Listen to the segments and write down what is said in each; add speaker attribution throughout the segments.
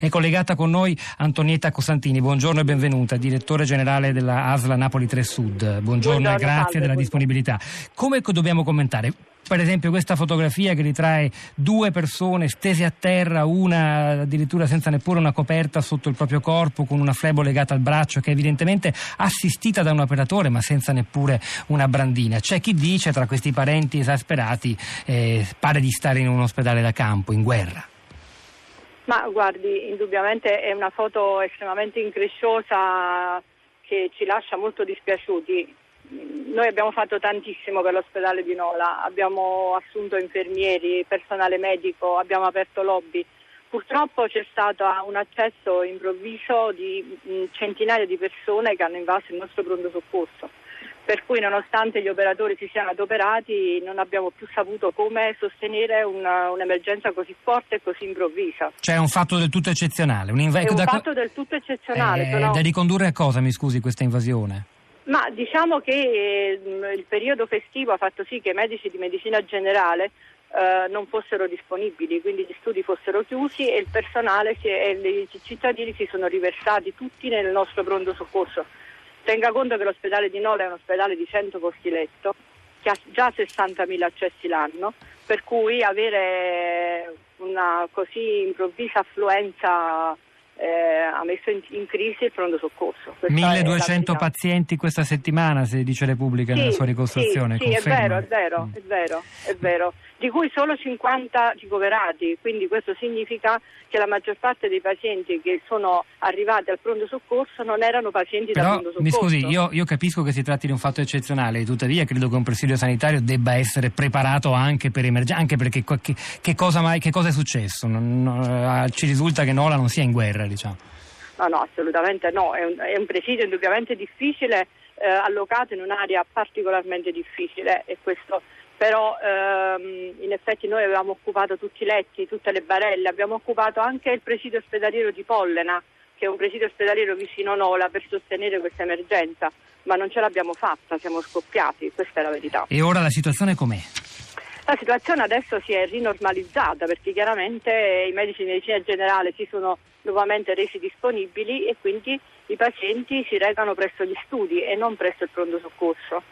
Speaker 1: È collegata con noi Antonietta Costantini. Buongiorno e benvenuta, direttore generale della ASL Napoli 3 Sud. Buongiorno e grazie della disponibilità. Come dobbiamo commentare? Per esempio questa fotografia che ritrae due persone stese a terra, una addirittura senza neppure una coperta sotto il proprio corpo, con una flebo legata al braccio, che è evidentemente assistita da un operatore ma senza neppure una brandina. C'è chi dice, tra questi parenti esasperati, pare di stare in un ospedale da campo, in guerra.
Speaker 2: Ma guardi, indubbiamente è una foto estremamente incresciosa che ci lascia molto dispiaciuti. Noi abbiamo fatto tantissimo per l'ospedale di Nola, abbiamo assunto infermieri, personale medico, abbiamo aperto lobby. Purtroppo c'è stato un accesso improvviso di centinaia di persone che hanno invaso il nostro pronto soccorso. Per cui, nonostante gli operatori si siano adoperati, non abbiamo più saputo come sostenere un'emergenza così forte e così improvvisa.
Speaker 1: Cioè è un fatto del tutto eccezionale.
Speaker 2: È un fatto del tutto eccezionale.
Speaker 1: Da ricondurre a cosa, mi scusi, questa invasione?
Speaker 2: Ma diciamo che il periodo festivo ha fatto sì che i medici di medicina generale non fossero disponibili, quindi gli studi fossero chiusi e il personale e i cittadini si sono riversati tutti nel nostro pronto soccorso. Tenga conto che l'ospedale di Nola è un ospedale di 100 posti letto, che ha già 60.000 accessi l'anno, per cui avere una così improvvisa affluenza ha messo in crisi il pronto soccorso.
Speaker 1: 1200 pazienti questa settimana, si dice Repubblica nella sua ricostruzione.
Speaker 2: Sì, è vero. Di cui solo 50 ricoverati, quindi questo significa che la maggior parte dei pazienti che sono arrivati al pronto soccorso non erano pazienti da pronto soccorso.
Speaker 1: Mi scusi, io capisco che si tratti di un fatto eccezionale, tuttavia credo che un presidio sanitario debba essere preparato anche per emergenze, anche perché che cosa è successo? Ci risulta che Nola non sia in guerra, diciamo.
Speaker 2: No, assolutamente no, è un presidio indubbiamente difficile, allocato in un'area particolarmente difficile e questo. Però in effetti noi avevamo occupato tutti i letti, tutte le barelle, abbiamo occupato anche il presidio ospedaliero di Pollena, che è un presidio ospedaliero vicino Nola, per sostenere questa emergenza, ma non ce l'abbiamo fatta, siamo scoppiati, questa è la verità.
Speaker 1: E ora la situazione com'è?
Speaker 2: La situazione adesso si è rinormalizzata perché chiaramente i medici di medicina generale si sono nuovamente resi disponibili e quindi i pazienti si recano presso gli studi e non presso il pronto soccorso.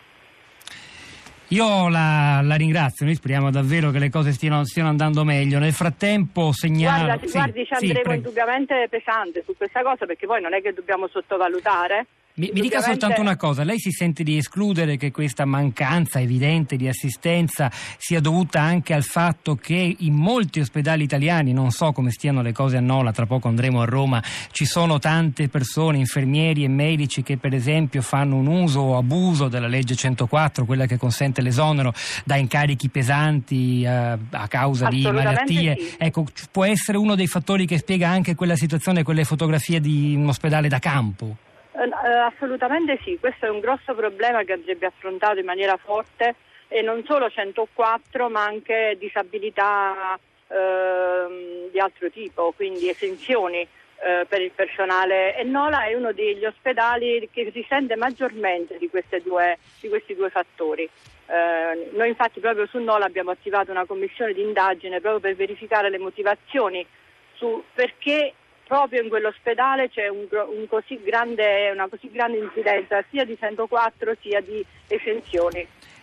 Speaker 1: Io la ringrazio, noi speriamo davvero che le cose stiano andando meglio. Nel frattempo segnalo...
Speaker 2: Guardi, ci andremo indubbiamente pesante su questa cosa, perché poi non è che dobbiamo sottovalutare.
Speaker 1: Mi dica soltanto una cosa, lei si sente di escludere che questa mancanza evidente di assistenza sia dovuta anche al fatto che in molti ospedali italiani, non so come stiano le cose a Nola, tra poco andremo a Roma, ci sono tante persone, infermieri e medici che per esempio fanno un uso o abuso della legge 104, quella che consente l'esonero da incarichi pesanti a causa di malattie. Sì. Ecco, può essere uno dei fattori che spiega anche quella situazione, quelle fotografie di un ospedale da campo?
Speaker 2: Assolutamente sì, questo è un grosso problema che andrebbe affrontato in maniera forte e non solo 104 ma anche disabilità di altro tipo, quindi esenzioni per il personale, e Nola è uno degli ospedali che risente maggiormente di questi due fattori. Noi infatti proprio su Nola abbiamo attivato una commissione di indagine proprio per verificare le motivazioni su perché proprio in quell'ospedale c'è una così grande incidenza sia di 104 sia di esenzioni.